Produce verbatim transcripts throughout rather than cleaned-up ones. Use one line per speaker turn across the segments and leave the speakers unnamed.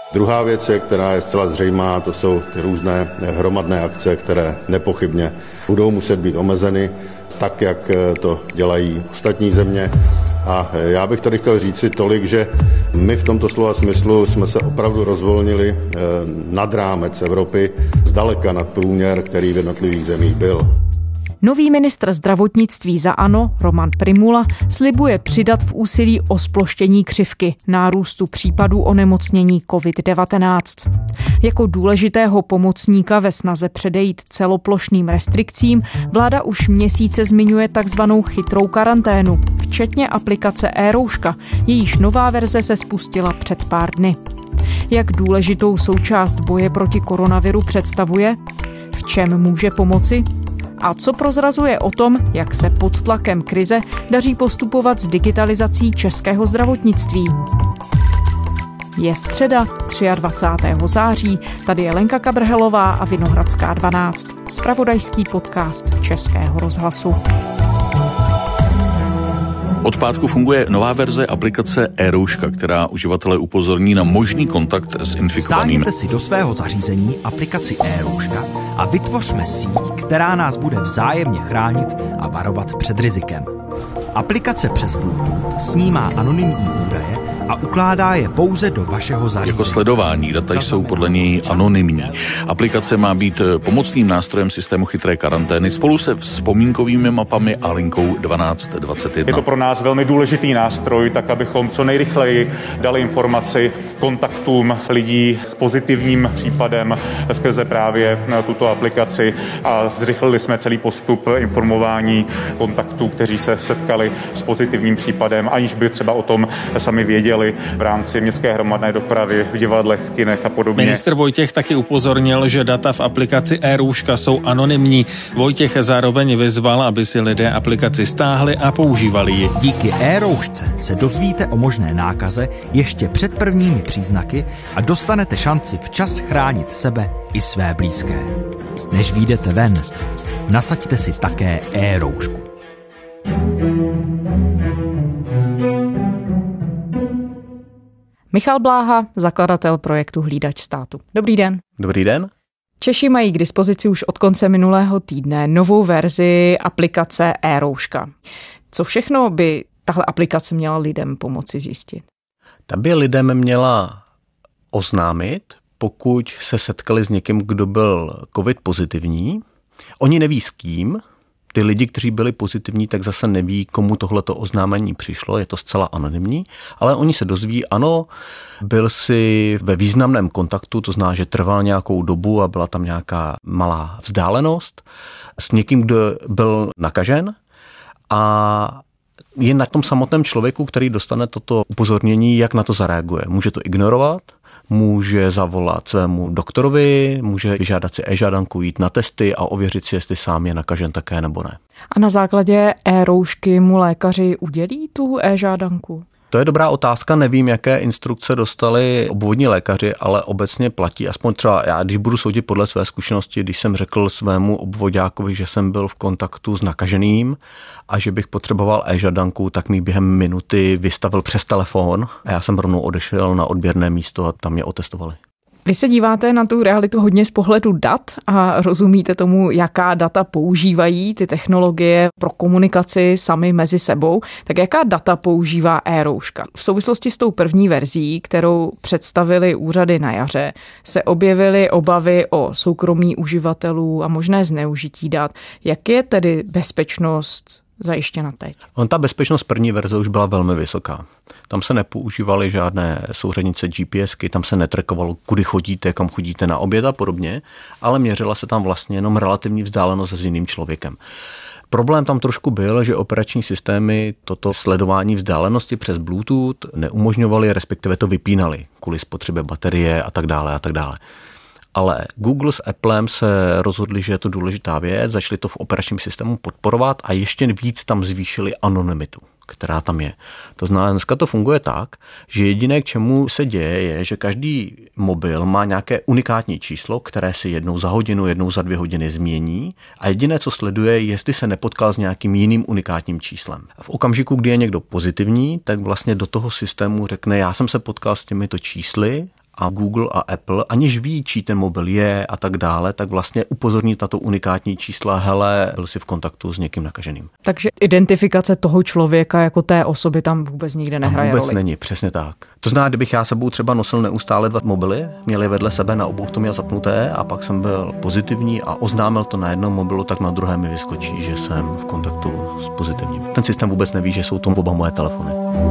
Druhá věc, je, která je zcela zřejmá, to jsou ty různé hromadné akce, které nepochybně budou muset být omezeny, tak, jak to dělají ostatní země. A já bych tady chtěl říct si tolik, že my v tomto slova smyslu jsme se opravdu rozvolnili nad rámec Evropy, zdaleka nad průměr, který v jednotlivých zemích byl.
Nový ministr zdravotnictví za ANO, Roman Prymula, slibuje přidat v úsilí o sploštění křivky nárůstu případů onemocnění covid devatenáct. Jako důležitého pomocníka ve snaze předejít celoplošným restrikcím vláda už měsíce zmiňuje takzvanou chytrou karanténu, včetně aplikace e-rouška, jejíž nová verze se spustila před pár dny. Jak důležitou součást boje proti koronaviru představuje? V čem může pomoci? A co prozrazuje o tom, jak se pod tlakem krize daří postupovat s digitalizací českého zdravotnictví? Je středa, dvacátého třetího září, tady je Lenka Kabrhelová a Vinohradská dvanáct, zpravodajský podcast Českého rozhlasu.
Od pátku funguje nová verze aplikace e-rouška, která uživatele upozorní na možný kontakt s infikovanými.
Stáhněte si do svého zařízení aplikaci e-rouška a vytvořme síť, která nás bude vzájemně chránit a varovat před rizikem. Aplikace přes Bluetooth snímá anonymní údaje a ukládá je pouze do vašeho zařízení.
Jako sledování data jsou podle něj anonymní. Aplikace má být pomocným nástrojem systému chytré karantény spolu se vzpomínkovými mapami a linkou dvanáct dvacet jedna.
Je to pro nás velmi důležitý nástroj, tak abychom co nejrychleji dali informaci kontaktům lidí s pozitivním případem skrze právě tuto aplikaci a zrychlili jsme celý postup informování kontaktů, kteří se setkali s pozitivním případem, aniž by třeba o tom sami věděli v rámci městské hromadné dopravy, v divadlech, v kinech a podobně.
Ministr Vojtěch taky upozornil, že data v aplikaci e-rouška jsou anonymní. Vojtěch zároveň vyzval, aby si lidé aplikaci stáhli a používali ji.
Díky e-roušce se dozvíte o možné nákaze ještě před prvními příznaky a dostanete šanci včas chránit sebe i své blízké. Než vyjdete ven, nasaďte si také e-roušku.
Michal Bláha, zakladatel projektu Hlídač státu. Dobrý den.
Dobrý den.
Češi mají k dispozici už od konce minulého týdne novou verzi aplikace e-rouška. Co všechno by tahle aplikace měla lidem pomoci zjistit?
Ta by lidem měla oznámit, pokud se setkali s někým, kdo byl covid pozitivní. Oni neví s kým. Ty lidi, kteří byli pozitivní, tak zase neví, komu tohleto oznámení přišlo, je to zcela anonymní, ale oni se dozví, ano, byl si ve významném kontaktu, to znamená, že trval nějakou dobu a byla tam nějaká malá vzdálenost s někým, kdo byl nakažen a je na tom samotném člověku, který dostane toto upozornění, jak na to zareaguje. Může to ignorovat, může zavolat svému doktorovi, může vyžádat si e-žádanku, jít na testy a ověřit si, jestli sám je nakažen také nebo ne.
A na základě e-roušky mu lékaři udělí tu e-žádanku?
To je dobrá otázka, nevím, jaké instrukce dostali obvodní lékaři, ale obecně platí, aspoň třeba já, když budu soudit podle své zkušenosti, když jsem řekl svému obvoďákovi, že jsem byl v kontaktu s nakaženým a že bych potřeboval e-žádanku, tak mi během minuty vystavil přes telefon a já jsem rovnou odešel na odběrné místo a tam mě otestovali.
Vy se díváte na tu realitu hodně z pohledu dat a rozumíte tomu, jaká data používají ty technologie pro komunikaci sami mezi sebou. Tak jaká data používá e-rouška? V souvislosti s tou první verzí, kterou představili úřady na jaře, se objevily obavy o soukromí uživatelů a možné zneužití dat. Jak je tedy bezpečnost zajištěna teď?
On ta bezpečnost první verze už byla velmi vysoká. Tam se nepoužívaly žádné souřadnice GPSky, tam se netrackovalo, kudy chodíte, kam chodíte na oběd a podobně, ale měřila se tam vlastně jenom relativní vzdálenost s jiným člověkem. Problém tam trošku byl, že operační systémy toto sledování vzdálenosti přes Bluetooth neumožňovaly, respektive to vypínali kvůli spotřebě baterie a tak dále a tak dále. Ale Google s Applem se rozhodli, že je to důležitá věc, začali to v operačním systému podporovat a ještě víc tam zvýšili anonymitu, která tam je. To znamená, dneska to funguje tak, že jediné, k čemu se děje, je, že každý mobil má nějaké unikátní číslo, které si jednou za hodinu, jednou za dvě hodiny změní a jediné, co sleduje, jestli se nepotkal s nějakým jiným unikátním číslem. V okamžiku, kdy je někdo pozitivní, tak vlastně do toho systému řekne, já jsem se potkal s těmito čísly a Google a Apple, aniž ví, čí ten mobil je a tak dále, tak vlastně upozorní tato unikátní čísla, hele, byl jsi v kontaktu s někým nakaženým.
Takže identifikace toho člověka jako té osoby tam vůbec nikde nehraje
vůbec
roli.
není, přesně tak. To znamená, kdybych já sebou třeba nosil neustále dva mobily, měli vedle sebe, na obou to měl zapnuté a pak jsem byl pozitivní a oznámil to na jednom mobilu, tak na druhém mi vyskočí, že jsem v kontaktu s pozitivním. Ten systém vůbec neví, že jsou to oba moje telefony.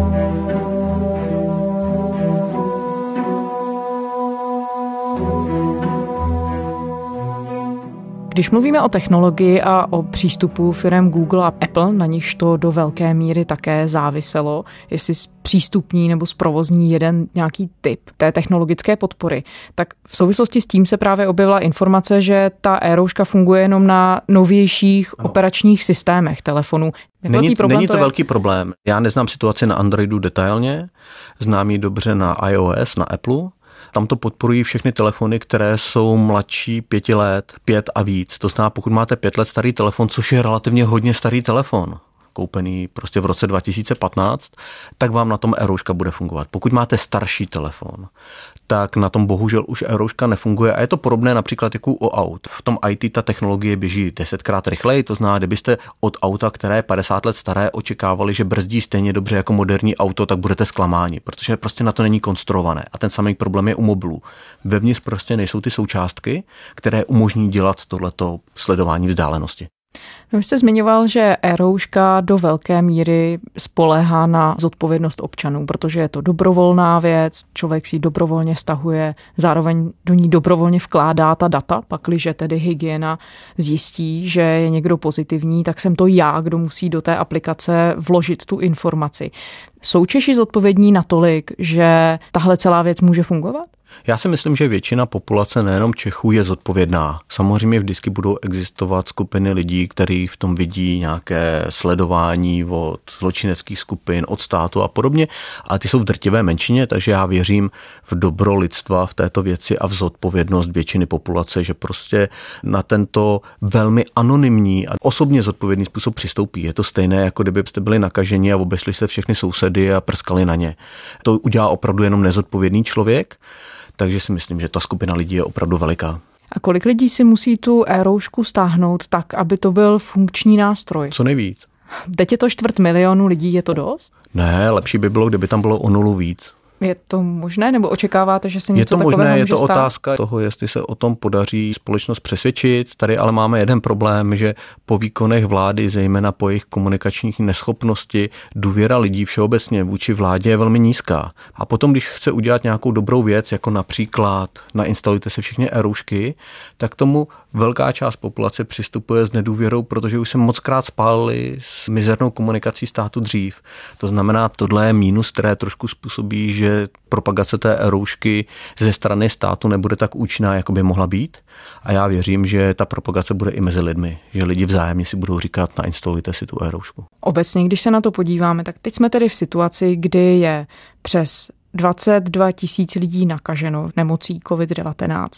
Když mluvíme o technologii a o přístupu firem Google a Apple, na nichž to do velké míry také záviselo, jestli přístupní nebo zprovozní jeden nějaký typ té technologické podpory, tak v souvislosti s tím se právě objevila informace, že ta e-rouška funguje jenom na novějších ano. operačních systémech telefonů.
Není, není to, to
je?
velký problém. Já neznám situaci na Androidu detailně, znám ji dobře na iOS, na Apple. Tam to podporují všechny telefony, které jsou mladší pěti let, pět a víc. To znamená, pokud máte pět let starý telefon, což je relativně hodně starý telefon, koupený prostě v roce dva tisíce patnáct, tak vám na tom e-rouška bude fungovat. Pokud máte starší telefon, tak na tom bohužel už e-rouška nefunguje a je to podobné například jako u aut. V tom í té ta technologie běží desetkrát rychleji, to znamená, kdybyste od auta, které je padesát let staré, očekávali, že brzdí stejně dobře jako moderní auto, tak budete zklamáni, protože prostě na to není konstruované. A ten samý problém je u mobilů. Vevnitř prostě nejsou ty součástky, které umožní dělat tohleto sledování vzdálenosti.
Vy jste zmiňoval, že e-rouška do velké míry spoléhá na zodpovědnost občanů, protože je to dobrovolná věc, člověk si ji dobrovolně stahuje, zároveň do ní dobrovolně vkládá ta data, pakliže tedy hygiena zjistí, že je někdo pozitivní, tak jsem to já, kdo musí do té aplikace vložit tu informaci. Jsou Češi zodpovědní natolik, že tahle celá věc může fungovat?
Já si myslím, že většina populace, nejenom Čechů, je zodpovědná. Samozřejmě vždycky budou existovat skupiny lidí, kteří v tom vidí nějaké sledování od zločineckých skupin, od státu a podobně, ale ty jsou v drtivé menšině, takže já věřím v dobro lidstva v této věci a v zodpovědnost většiny populace, že prostě na tento velmi anonymní a osobně zodpovědný způsob přistoupí. Je to stejné, jako kdybyste byli nakaženi a obešli se všechny sousedy a prskali na ně. To udělá opravdu jenom nezodpovědný člověk. Takže si myslím, že ta skupina lidí je opravdu veliká.
A kolik lidí si musí tu e-roušku stáhnout tak, aby to byl funkční nástroj?
Co nejvíc.
Teď je to čtvrt milionu lidí, je to dost?
Ne, lepší by bylo, kdyby tam bylo o nulu víc.
Je to možné, nebo očekáváte, že se něco takového
může stát? Je to možné, je to
stát?
otázka toho, jestli se o tom podaří společnost přesvědčit. Tady ale máme jeden problém, že po výkonech vlády, zejména po jejich komunikačních neschopnosti, důvěra lidí všeobecně vůči vládě je velmi nízká. A potom, když chce udělat nějakou dobrou věc, jako například nainstalujte si všichni e-roušky, tak tomu velká část populace přistupuje s nedůvěrou, protože už se mockrát spálili s mizernou komunikací státu dřív. To znamená, tohle je mínus, které trošku způsobí, že propagace té e-roušky ze strany státu nebude tak účinná, jako by mohla být. A já věřím, že ta propagace bude i mezi lidmi, že lidi vzájemně si budou říkat, nainstalujte si tu e-roušku.
Obecně, když se na to podíváme, tak teď jsme tedy v situaci, kdy je přes dvacet dva tisíc lidí nakaženo nemocí covid devatenáct.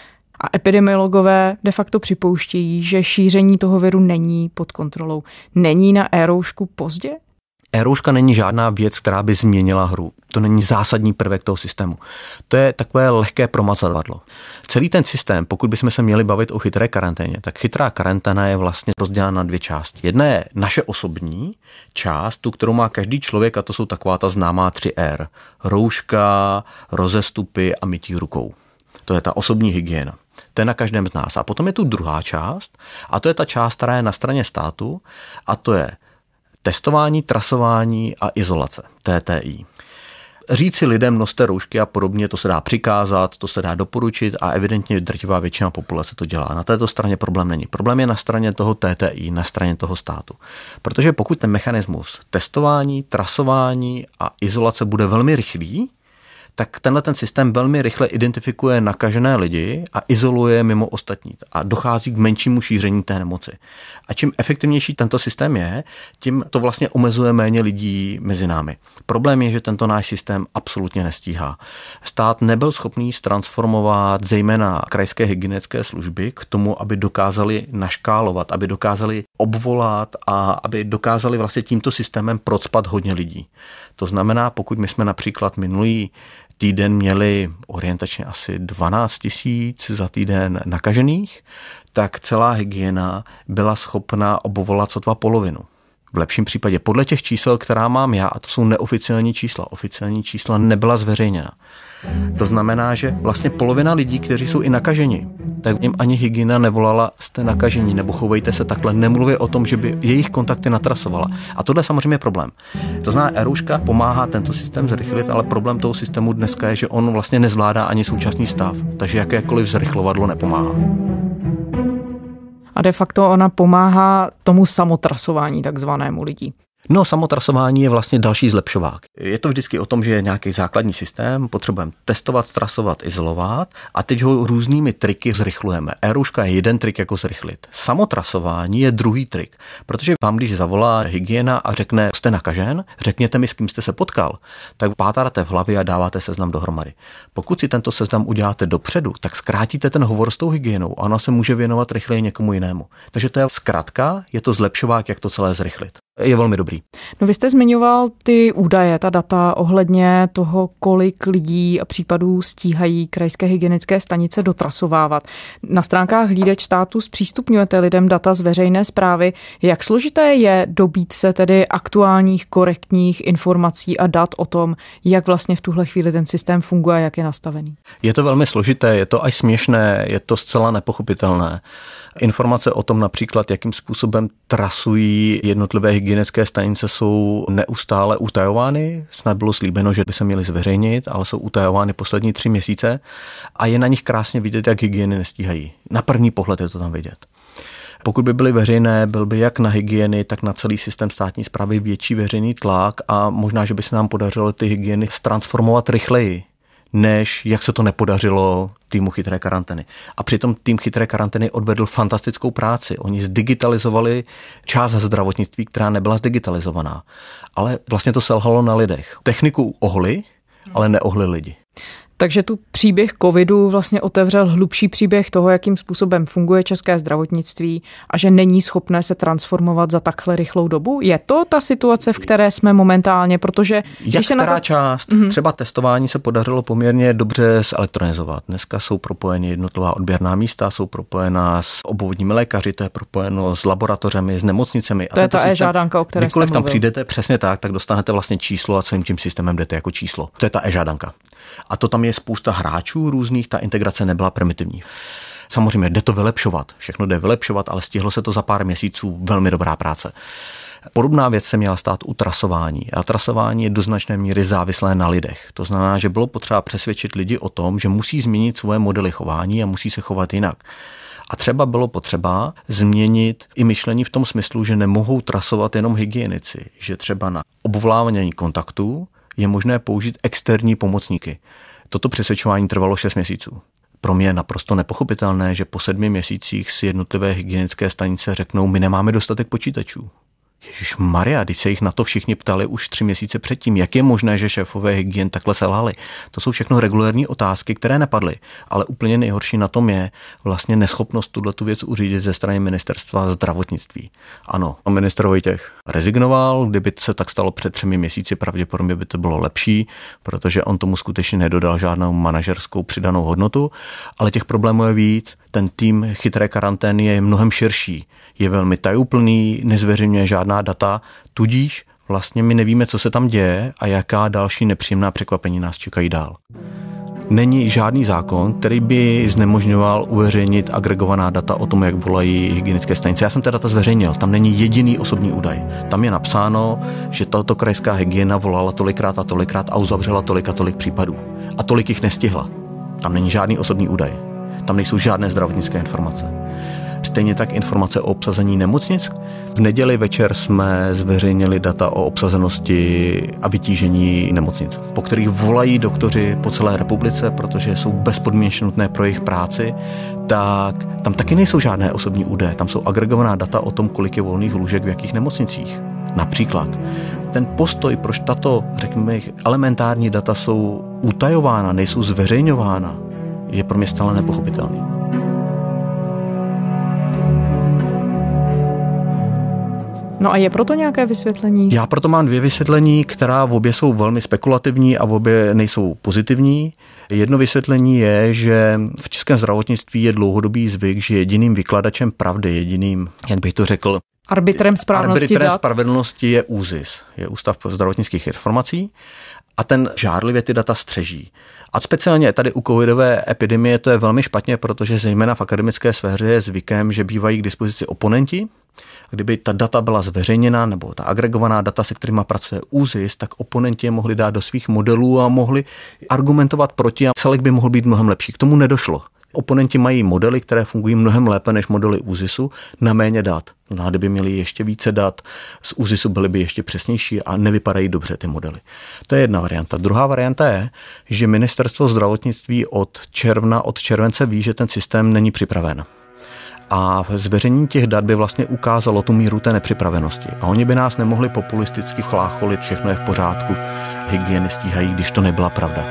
A epidemiologové de facto připouštějí, že šíření toho viru není pod kontrolou. Není na e-roušku pozdě?
E-rouška není žádná věc, která by změnila hru. To není zásadní prvek toho systému. To je takové lehké promazadlo. Celý ten systém, pokud bychom se měli bavit o chytré karanténě, tak chytrá karanténa je vlastně rozdělena na dvě části. Jedna je naše osobní část, tu, kterou má každý člověk, a to jsou taková ta známá tři R. Rouška, rozestupy a mytí rukou. To je ta osobní hygiena. To je na každém z nás. A potom je tu druhá část, a to je ta část, která je na straně státu, a to je testování, trasování a izolace, T T I. Říci lidem noste roušky a podobně, to se dá přikázat, to se dá doporučit a evidentně drtivá většina populace to dělá. Na této straně problém není. Problém je na straně toho T T I, na straně toho státu. Protože pokud ten mechanismus testování, trasování a izolace bude velmi rychlý, tak tenhle ten systém velmi rychle identifikuje nakažené lidi a izoluje mimo ostatní a dochází k menšímu šíření té nemoci. A čím efektivnější tento systém je, tím to vlastně omezuje méně lidí mezi námi. Problém je, že tento náš systém absolutně nestíhá. Stát nebyl schopný ztransformovat zejména krajské hygienické služby k tomu, aby dokázali naškálovat, aby dokázali obvolat a aby dokázali vlastně tímto systémem procpat hodně lidí. To znamená, pokud my jsme například minulý týden měli orientačně asi dvanáct tisíc za týden nakažených, tak celá hygiena byla schopna obvolat sotva polovinu. V lepším případě podle těch čísel, která mám já, a to jsou neoficiální čísla, oficiální čísla nebyla zveřejněna. To znamená, že vlastně polovina lidí, kteří jsou i nakaženi, tak jim ani hygiena nevolala, jste nakažení nebo chovejte se takhle, nemluví o tom, že by jejich kontakty natrasovala. A tohle je samozřejmě problém. To znamená, eRouška pomáhá tento systém zrychlit, ale problém toho systému dneska je, že on vlastně nezvládá ani současný stav, takže jakékoliv zrychlovadlo nepomáhá.
A de facto ona pomáhá tomu samotrasování takzvanému lidí.
No, samotrasování je vlastně další zlepšovák. Je to vždycky o tom, že je nějaký základní systém, potřebujeme testovat, trasovat, izolovat a teď ho různými triky zrychlujeme. eRouška je jeden trik, jako zrychlit. Samotrasování je druhý trik, protože vám, když zavolá hygiena a řekne, jste nakažen, řekněte mi, s kým jste se potkal, tak pátáte v hlavě a dáváte seznam dohromady. Pokud si tento seznam uděláte dopředu, tak zkrátíte ten hovor s tou hygienou a ona se může věnovat rychleji někomu jinému. Takže to je zkrátka, je to zlepšovák, jak to celé zrychlit. Je velmi dobrý.
No vy jste zmiňoval ty údaje, ta data ohledně toho, kolik lidí a případů stíhají krajské hygienické stanice dotrasovávat. Na stránkách Hlídač státu zpřístupňujete lidem data z veřejné správy. Jak složité je dobít se tedy aktuálních, korektních informací a dat o tom, jak vlastně v tuhle chvíli ten systém funguje a jak je nastavený?
Je to velmi složité, je to až směšné, je to zcela nepochopitelné. Informace o tom například, jakým způsobem trasují jednotlivé hygienické stanice, jsou neustále utajovány. Snad bylo slíbeno, že by se měly zveřejnit, ale jsou utajovány poslední tři měsíce a je na nich krásně vidět, jak hygieny nestíhají. Na první pohled je to tam vidět. Pokud by byly veřejné, byl by jak na hygieny, tak na celý systém státní správy větší veřejný tlak a možná, že by se nám podařilo ty hygieny transformovat rychleji, než jak se to nepodařilo týmu chytré karantény. A přitom tým chytré karantény odvedl fantastickou práci. Oni zdigitalizovali část zdravotnictví, která nebyla zdigitalizovaná. Ale vlastně to selhalo na lidech. Techniku ohli, ale neohli lidi.
Takže tu příběh covidu vlastně otevřel hlubší příběh toho, jakým způsobem funguje české zdravotnictví a že není schopné se transformovat za takhle rychlou dobu. Je to ta situace, v které jsme momentálně, protože...
Jak
se
která
na to...
část? Mm-hmm. Třeba testování se podařilo poměrně dobře zelektronizovat. Dneska jsou propojeny jednotlivá odběrná místa, jsou propojená s obvodními lékaři, to je propojeno s laboratořemi, s nemocnicemi.
To a je ta e-žádanka, o které jste mluvil.
Kdykoliv tam přijdete, přesně tak, tak dostanete vlastně číslo a celým tím systémem jdete jako číslo. To je ta e-žádanka. A to tam je spousta hráčů různých, ta integrace nebyla primitivní. Samozřejmě jde to vylepšovat, všechno jde vylepšovat, ale stihlo se to za pár měsíců, velmi dobrá práce. Podobná věc se měla stát u trasování. A trasování je do značné míry závislé na lidech. To znamená, že bylo potřeba přesvědčit lidi o tom, že musí změnit svoje modely chování a musí se chovat jinak. A třeba bylo potřeba změnit i myšlení v tom smyslu, že nemohou trasovat jenom hygienici, že třeba na obvolávání kontaktů je možné použít externí pomocníky. Toto přesvědčování trvalo šest měsíců. Pro mě je naprosto nepochopitelné, že po sedmi měsících si jednotlivé hygienické stanice řeknou, my nemáme dostatek počítačů. Ježišmarja, když se jich na to všichni ptali už tři měsíce předtím, jak je možné, že šéfové hygien takhle selhali. To jsou všechno regulérní otázky, které nepadly, ale úplně nejhorší na tom je vlastně neschopnost tuhletu věc uřídit ze strany ministerstva zdravotnictví. Ano, ministr Vojtěch rezignoval, kdyby se tak stalo před třemi měsíci, pravděpodobně by to bylo lepší, protože on tomu skutečně nedodal žádnou manažerskou přidanou hodnotu, ale těch problémů je víc. Ten tým chytré karantény je mnohem širší, je velmi tajuplný, nezveřejňuje žádná data, tudíž vlastně my nevíme, co se tam děje a jaká další nepříjemná překvapení nás čekají dál. Není žádný zákon, který by znemožňoval uveřejnit agregovaná data o tom, jak volají hygienické stanice. Já jsem ty data zveřejnil, tam není jediný osobní údaj. Tam je napsáno, že tato krajská hygiena volala tolikrát a tolikrát a uzavřela tolik a tolik případů. A tolik jich nestihla. Tam není žádný osobní údaj. Tam nejsou žádné zdravotnické informace. Stejně tak informace o obsazení nemocnic. V neděli večer jsme zveřejnili data o obsazenosti a vytížení nemocnic, po kterých volají doktoři po celé republice, protože jsou bezpodmínečně nutné pro jejich práci, tak tam taky nejsou žádné osobní údaje. Tam jsou agregovaná data o tom, kolik je volných lůžek v jakých nemocnicích. Například ten postoj, proč tato, řekněme, elementární data jsou utajována, nejsou zveřejňována, je pro mě stále nepochopitelný.
No a je proto nějaké vysvětlení?
Já proto mám dvě vysvětlení, která v obě jsou velmi spekulativní a v obě nejsou pozitivní. Jedno vysvětlení je, že v českém zdravotnictví je dlouhodobý zvyk, že jediným vykladačem pravdy, jediným, jak bych to řekl,
Arbitrem správnosti
Arbitrem
dat?
spravedlnosti je ÚZIS, je Ústav zdravotnických informací a ten žárlivě ty data střeží. A speciálně tady u covidové epidemie to je velmi špatně, protože zejména v akademické sféře je zvykem, že bývají k dispozici oponenti. Kdyby ta data byla zveřejněna, nebo ta agregovaná data, se kterými pracuje ÚZIS, tak oponenti je mohli dát do svých modelů a mohli argumentovat proti a celek by mohl být mnohem lepší. K tomu nedošlo. Oponenti mají modely, které fungují mnohem lépe než modely ÚZISu na méně dat. No, kdyby měli ještě více dat, z ÚZISu byly by ještě přesnější a nevypadají dobře ty modely. To je jedna varianta. Druhá varianta je, že ministerstvo zdravotnictví od června, od července ví, že ten systém není připraven. A zveřejnění těch dat by vlastně ukázalo tu míru té nepřipravenosti. A oni by nás nemohli populisticky chlácholit, všechno je v pořádku, hygieny stíhají, když to nebyla pravda.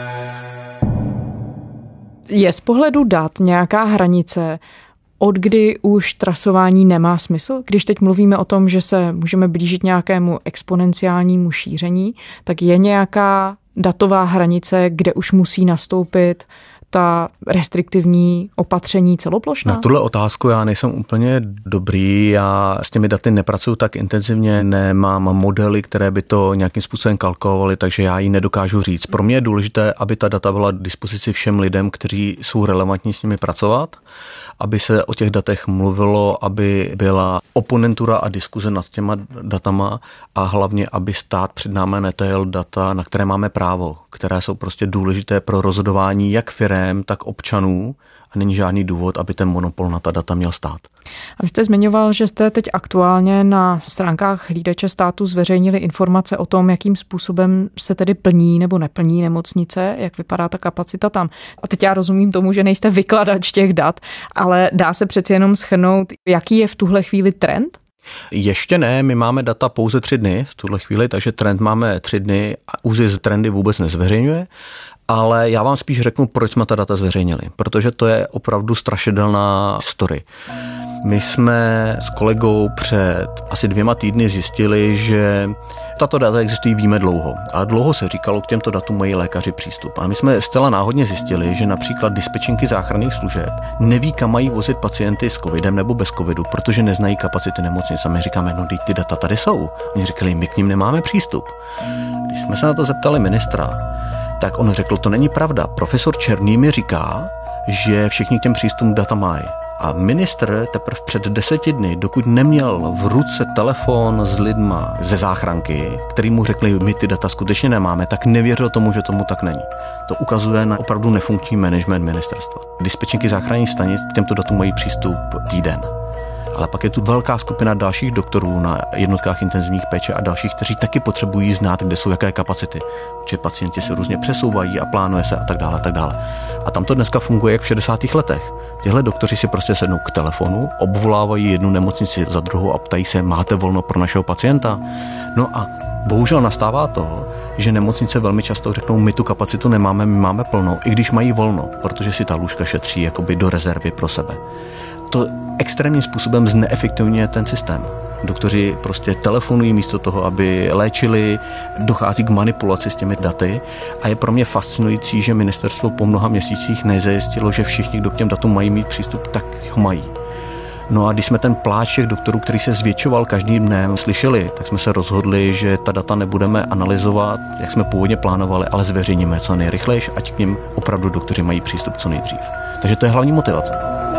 Je z pohledu dat nějaká hranice, od kdy už trasování nemá smysl? Když teď mluvíme o tom, že se můžeme blížit nějakému exponenciálnímu šíření, tak je nějaká datová hranice, kde už musí nastoupit ta restriktivní opatření celoplošná?
Na tuhle otázku já nejsem úplně dobrý, já s těmi daty nepracuju tak intenzivně, nemám modely, které by to nějakým způsobem kalkulovaly, takže já ji nedokážu říct. Pro mě je důležité, aby ta data byla k dispozici všem lidem, kteří jsou relevantní s nimi pracovat, aby se o těch datech mluvilo, aby byla oponentura a diskuze nad těma datama a hlavně, aby stát před námi netajil data, na které máme právo, které jsou prostě důležité pro rozhodování jak firem, tak občanů a není žádný důvod, aby ten monopol na ta data měl stát.
A vy jste zmiňoval, že jste teď aktuálně na stránkách hlídače státu zveřejnili informace o tom, jakým způsobem se tedy plní nebo neplní nemocnice, jak vypadá ta kapacita tam. A teď já rozumím tomu, že nejste vykladač těch dat, ale dá se přeci jenom shrnout, jaký je v tuhle chvíli trend?
Ještě ne, my máme data pouze tři dny v tuhle chvíli, takže trend máme tři dny a ÚZIS trendy vůbec nezveřejňuje. Ale já vám spíš řeknu, proč jsme ta data zveřejnili, protože to je opravdu strašidelná story. My jsme s kolegou před asi dvěma týdny zjistili, že tato data existují víme dlouho. A dlouho se říkalo, k těmto datům mají lékaři přístup. A my jsme zcela náhodně zjistili, že například dispečinky záchranných služeb neví, kam mají vozit pacienty s covidem nebo bez covidu, protože neznají kapacity nemocnic. A my říkáme, no ty data tady jsou. Oni říkali, my k nim nemáme přístup. Když jsme se na to zeptali ministra, tak on řekl, to není pravda. Profesor Černý mi říká, že všichni k těm přístupům data mají. A ministr teprve před deseti dny, dokud neměl v ruce telefon s lidma ze záchranky, který mu řekli, my ty data skutečně nemáme, tak nevěřil tomu, že tomu tak není. To ukazuje na opravdu nefunkční management ministerstva. Dispečinky záchranných stanic k těmto datům mají přístup týden. Ale pak je tu velká skupina dalších doktorů na jednotkách intenzivních péče a dalších, kteří taky potřebují znát, kde jsou jaké kapacity. Že pacienti se různě přesouvají a plánuje se a tak dále, a tak dále. A tam to dneska funguje jak v šedesátých letech. Těhle doktoři si prostě sednou k telefonu, obvolávají jednu nemocnici za druhou a ptají se, máte volno pro našeho pacienta? No a bohužel nastává to, že nemocnice velmi často řeknou, my tu kapacitu nemáme, my máme plnou, i když mají volno, protože si ta lůžka šetří jakoby do rezervy pro sebe. To extrémním způsobem zneefektivňuje ten systém. Doktoři prostě telefonují místo toho, aby léčili, dochází k manipulaci s těmi daty a je pro mě fascinující, že ministerstvo po mnoha měsících nezajistilo, že všichni, kdo k těm datům mají mít přístup, tak ho mají. No a když jsme ten pláč těch doktorů, který se zvětšoval každým dnem, slyšeli, tak jsme se rozhodli, že ta data nebudeme analyzovat, jak jsme původně plánovali, ale zveřejníme co nejrychleji, ať k nim opravdu doktoři mají přístup co nejdřív. Takže to je hlavní motivace.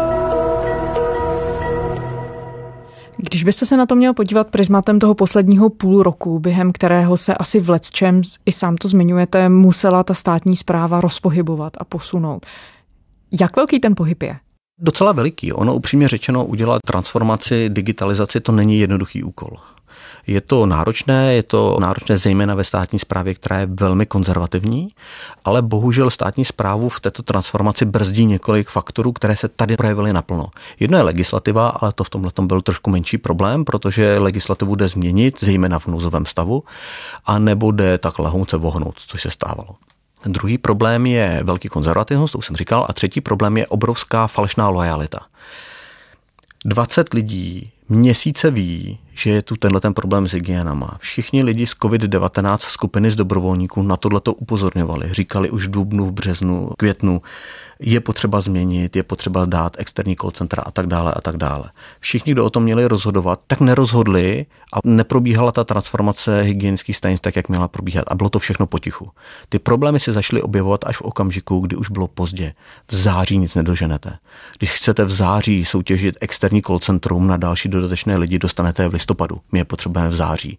Když byste se na to měl podívat prismatem toho posledního půl roku, během kterého se asi v lecčems, i sám to zmiňujete, musela ta státní správa rozpohybovat a posunout. Jak velký ten pohyb je?
Docela veliký. Ono upřímně řečeno udělat transformaci, digitalizaci, to není jednoduchý úkol. Je to náročné, je to náročné zejména ve státní správě, která je velmi konzervativní, ale bohužel státní správu v této transformaci brzdí několik faktorů, které se tady projevily naplno. Jedno je legislativa, ale to v tomhletom byl trošku menší problém, protože legislativu jde změnit, zejména v nouzovém stavu, a nebo jde tak lehonce vohnout, což se stávalo. Druhý problém je velký konzervatismus, to už jsem říkal, a třetí problém je obrovská falešná loajalita. dvacet lidí měsíce ví, že je tu tenhle ten problém s hygienama. Všichni lidi z covid devatenáct skupiny z dobrovolníků na tohleto upozorňovali. Říkali už v dubnu, v březnu, květnu, je potřeba změnit, je potřeba dát externí call centra a tak dále a tak dále. Všichni, kdo o tom měli rozhodovat, tak nerozhodli a neprobíhala ta transformace hygienických stanic tak, jak měla probíhat. A bylo to všechno potichu. Ty problémy se začaly objevovat až v okamžiku, kdy už bylo pozdě. V září nic nedoženete. Když chcete v září soutěžit externí call centrum na další dodatečné lidi, dostanete je v listopadu. My je potřebujeme v září.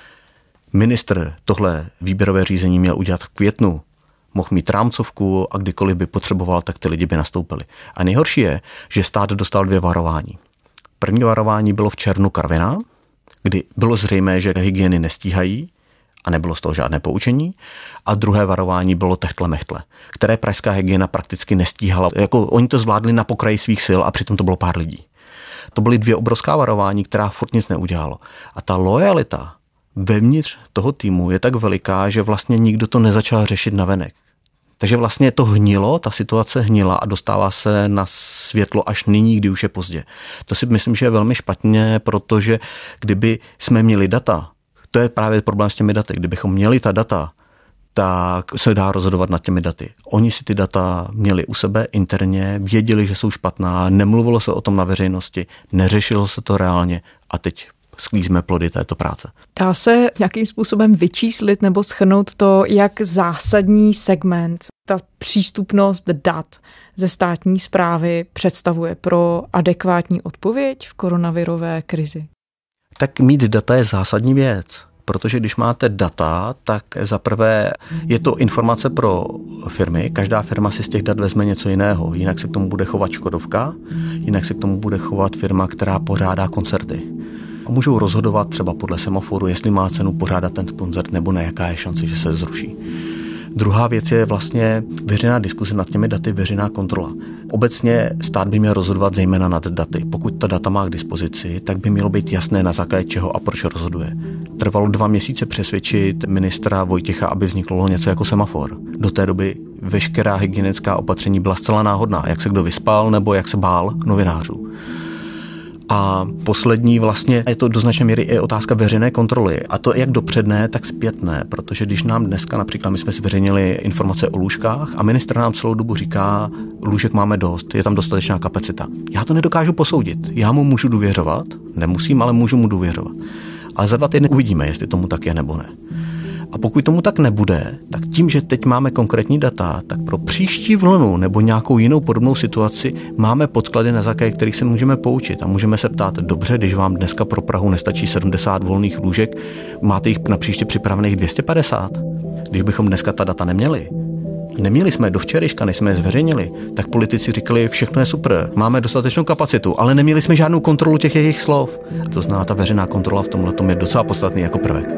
Ministr tohle výběrové řízení měl udělat v květnu. Mohl mít rámcovku a kdykoliv by potřeboval, tak ty lidi by nastoupili. A nejhorší je, že stát dostal dvě varování. První varování bylo v červnu Karviná, kdy bylo zřejmé, že hygieny nestíhají a nebylo z toho žádné poučení. A druhé varování bylo techtle mechtle, které pražská hygiena prakticky nestíhala. Jako oni to zvládli na pokraji svých sil a přitom to bylo pár lidí. To byly dvě obrovská varování, která furt nic neudělalo. A ta lojalita vevnitř toho týmu je tak veliká, že vlastně nikdo to nezačal řešit navenek. Takže vlastně to hnilo, ta situace hnila a dostává se na světlo až nyní, kdy už je pozdě. To si myslím, že je velmi špatně, protože kdyby jsme měli data, to je právě problém s těmi daty, kdybychom měli ta data, tak se dá rozhodovat nad těmi daty. Oni si ty data měli u sebe interně, věděli, že jsou špatná, nemluvilo se o tom na veřejnosti, neřešilo se to reálně a teď sklízíme plody této práce.
Dá se nějakým způsobem vyčíslit nebo shrnout to, jak zásadní segment ta přístupnost dat ze státní správy představuje pro adekvátní odpověď v koronavirové krizi?
Tak mít data je zásadní věc, protože když máte data, tak zaprvé je to informace pro firmy. Každá firma si z těch dat vezme něco jiného. Jinak se k tomu bude chovat Škodovka, jinak se k tomu bude chovat firma, která pořádá koncerty. A můžou rozhodovat třeba podle semaforu, jestli má cenu pořádat ten koncert nebo ne, jaká je šance, že se zruší. Druhá věc je vlastně veřejná diskuse nad těmi daty, veřejná kontrola. Obecně stát by měl rozhodovat zejména nad daty. Pokud ta data má k dispozici, tak by mělo být jasné, na základě čeho a proč rozhoduje. Trvalo dva měsíce přesvědčit ministra Vojtěcha, aby vzniklo něco jako semafor. Do té doby veškerá hygienická opatření byla zcela náhodná, jak se kdo vyspal nebo jak se bál novinářů. A poslední vlastně je to do značné míry i otázka veřejné kontroly. A to jak dopředné, tak zpětné, protože když nám dneska například my jsme si zveřejnili informace o lůžkách a ministr nám celou dobu říká, lůžek máme dost, je tam dostatečná kapacita. Já to nedokážu posoudit. Já mu můžu důvěřovat, nemusím, ale můžu mu důvěřovat. Ale za dva týdny uvidíme, jestli tomu tak je nebo ne. A pokud tomu tak nebude, tak tím, že teď máme konkrétní data, tak pro příští vlnu nebo nějakou jinou podobnou situaci máme podklady, na základě kterých se můžeme poučit. A můžeme se ptát, dobře, když vám dneska pro Prahu nestačí sedmdesát volných lůžek, máte jich na příště připravených dvě stě padesát? Když bychom dneska ta data neměli, neměli jsme do včerejška, než jsme je zveřejnili, tak politici říkali, všechno je super, máme dostatečnou kapacitu, ale neměli jsme žádnou kontrolu těch jejich slov. A to znamená, ta veřejná kontrola v tomhletom je docela podstatný jako prvek.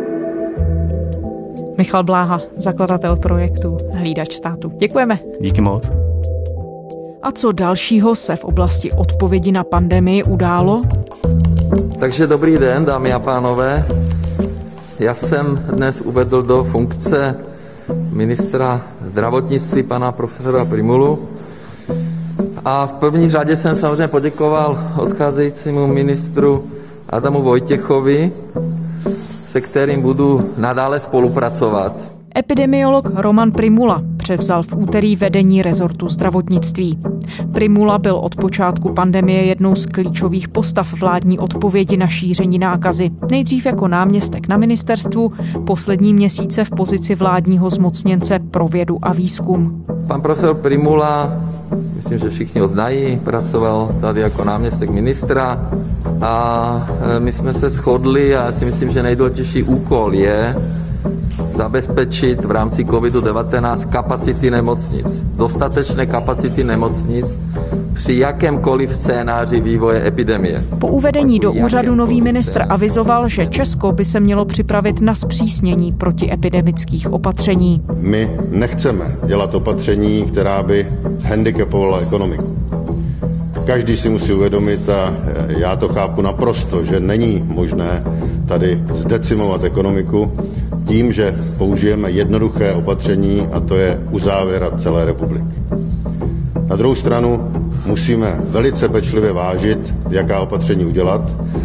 Michal Bláha, zakladatel projektu Hlídač státu. Děkujeme.
Díky moc.
A co dalšího se v oblasti odpovědi na pandemii událo?
Takže dobrý den, dámy a pánové. Já jsem dnes uvedl do funkce ministra zdravotnictví pana profesora Prymulu. A v první řadě jsem samozřejmě poděkoval odcházejícímu ministru Adamu Vojtěchovi, se kterým budu nadále spolupracovat.
Epidemiolog Roman Prymula převzal v úterý vedení rezortu zdravotnictví. Prymula byl od počátku pandemie jednou z klíčových postav vládní odpovědi na šíření nákazy. Nejdřív jako náměstek na ministerstvu, poslední měsíce v pozici vládního zmocněnce pro vědu a výzkum.
Pan profesor Prymula, myslím, že všichni ho znají, pracoval tady jako náměstek ministra a my jsme se shodli a já si myslím, že nejdůležitější úkol je zabezpečit v rámci covid devatenáct kapacity nemocnic, dostatečné kapacity nemocnic při jakémkoliv scénáři vývoje epidemie.
Po uvedení do úřadu nový ministr avizoval, že Česko by se mělo připravit na zpřísnění protiepidemických opatření.
My nechceme dělat opatření, která by handicapovala ekonomiku. Každý si musí uvědomit, a já to chápu naprosto, že není možné tady zdecimovat ekonomiku tím, že použijeme jednoduché opatření, a to je uzávěrat celé republiky. Na druhou stranu musíme velice pečlivě vážit, jaká opatření udělat,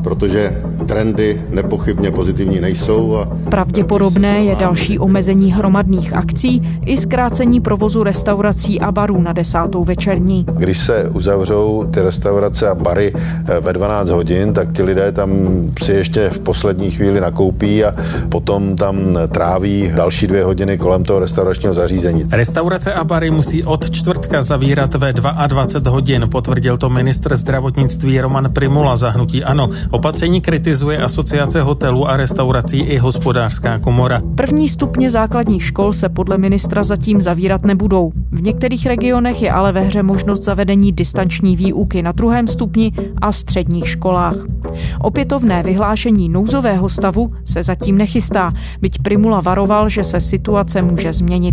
protože trendy nepochybně pozitivní nejsou. A
pravděpodobné je další omezení hromadných akcí i zkrácení provozu restaurací a barů na desátou večerní.
Když se uzavřou ty restaurace a bary ve dvanáct hodin, tak ti lidé tam si ještě v poslední chvíli nakoupí a potom tam tráví další dvě hodiny kolem toho restauračního zařízení.
Restaurace a bary musí od čtvrtka zavírat ve dvacet dva hodin, potvrdil to ministr zdravotnictví Roman Prymula za hnutí ANO. Opatření kritizuje Asociace hotelů a restaurací i Hospodářská komora.
První stupně základních škol se podle ministra zatím zavírat nebudou. V některých regionech je ale ve hře možnost zavedení distanční výuky na druhém stupni a středních školách. Opětovné vyhlášení nouzového stavu se zatím nechystá, byť Prymula varoval, že se situace může změnit.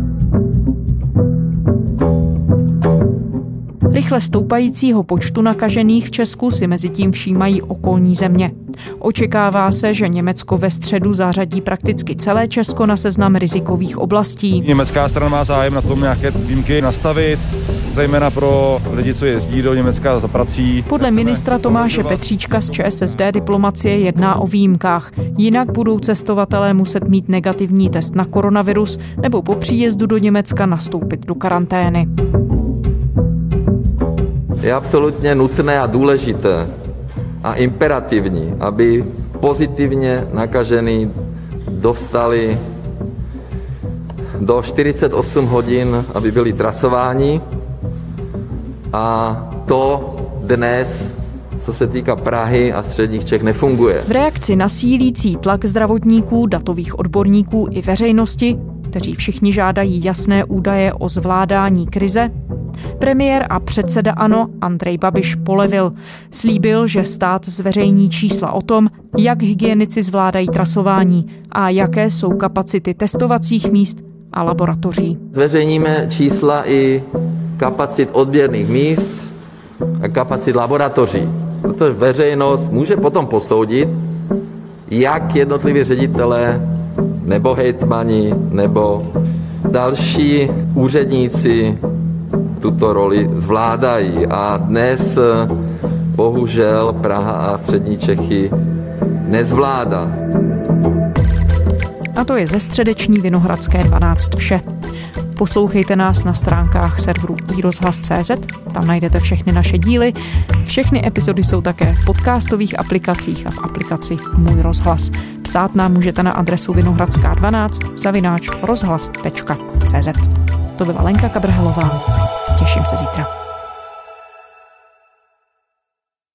Rychle stoupajícího počtu nakažených v Česku si mezitím všímají okolní země. Očekává se, že Německo ve středu zařadí prakticky celé Česko na seznam rizikových oblastí.
Německá strana má zájem na tom nějaké výjimky nastavit, zejména pro lidi, co jezdí do Německa za prací.
Podle ministra Tomáše Petříčka z ČSSD diplomacie jedná o výjimkách. Jinak budou cestovatelé muset mít negativní test na koronavirus nebo po příjezdu do Německa nastoupit do karantény.
Je absolutně nutné a důležité a imperativní, aby pozitivně nakažení dostali do čtyřicet osm hodin, aby byli trasováni. A to dnes, co se týká Prahy a středních Čech, nefunguje.
V reakci na sílící tlak zdravotníků, datových odborníků i veřejnosti, kteří všichni žádají jasné údaje o zvládání krize, premiér a předseda ANO Andrej Babiš polevil. Slíbil, že stát zveřejní čísla o tom, jak hygienici zvládají trasování a jaké jsou kapacity testovacích míst a laboratoří.
Zveřejníme čísla i kapacit odběrných míst a kapacit laboratoří, protože veřejnost může potom posoudit, jak jednotliví ředitelé nebo hejtmani nebo další úředníci tuto roli zvládají. A dnes bohužel Praha a střední Čechy nezvládá.
A to je ze středeční Vinohradské dvanáct vše. Poslouchejte nás na stránkách serveru i rozhlas tečka cé zet, tam najdete všechny naše díly. Všechny epizody jsou také v podcastových aplikacích a v aplikaci Můj rozhlas. Psát nám můžete na adresu vinohradská dvanáct zavináč rozhlas tečka cé zet. To byla Lenka Kabrhelová. Těším se zítra.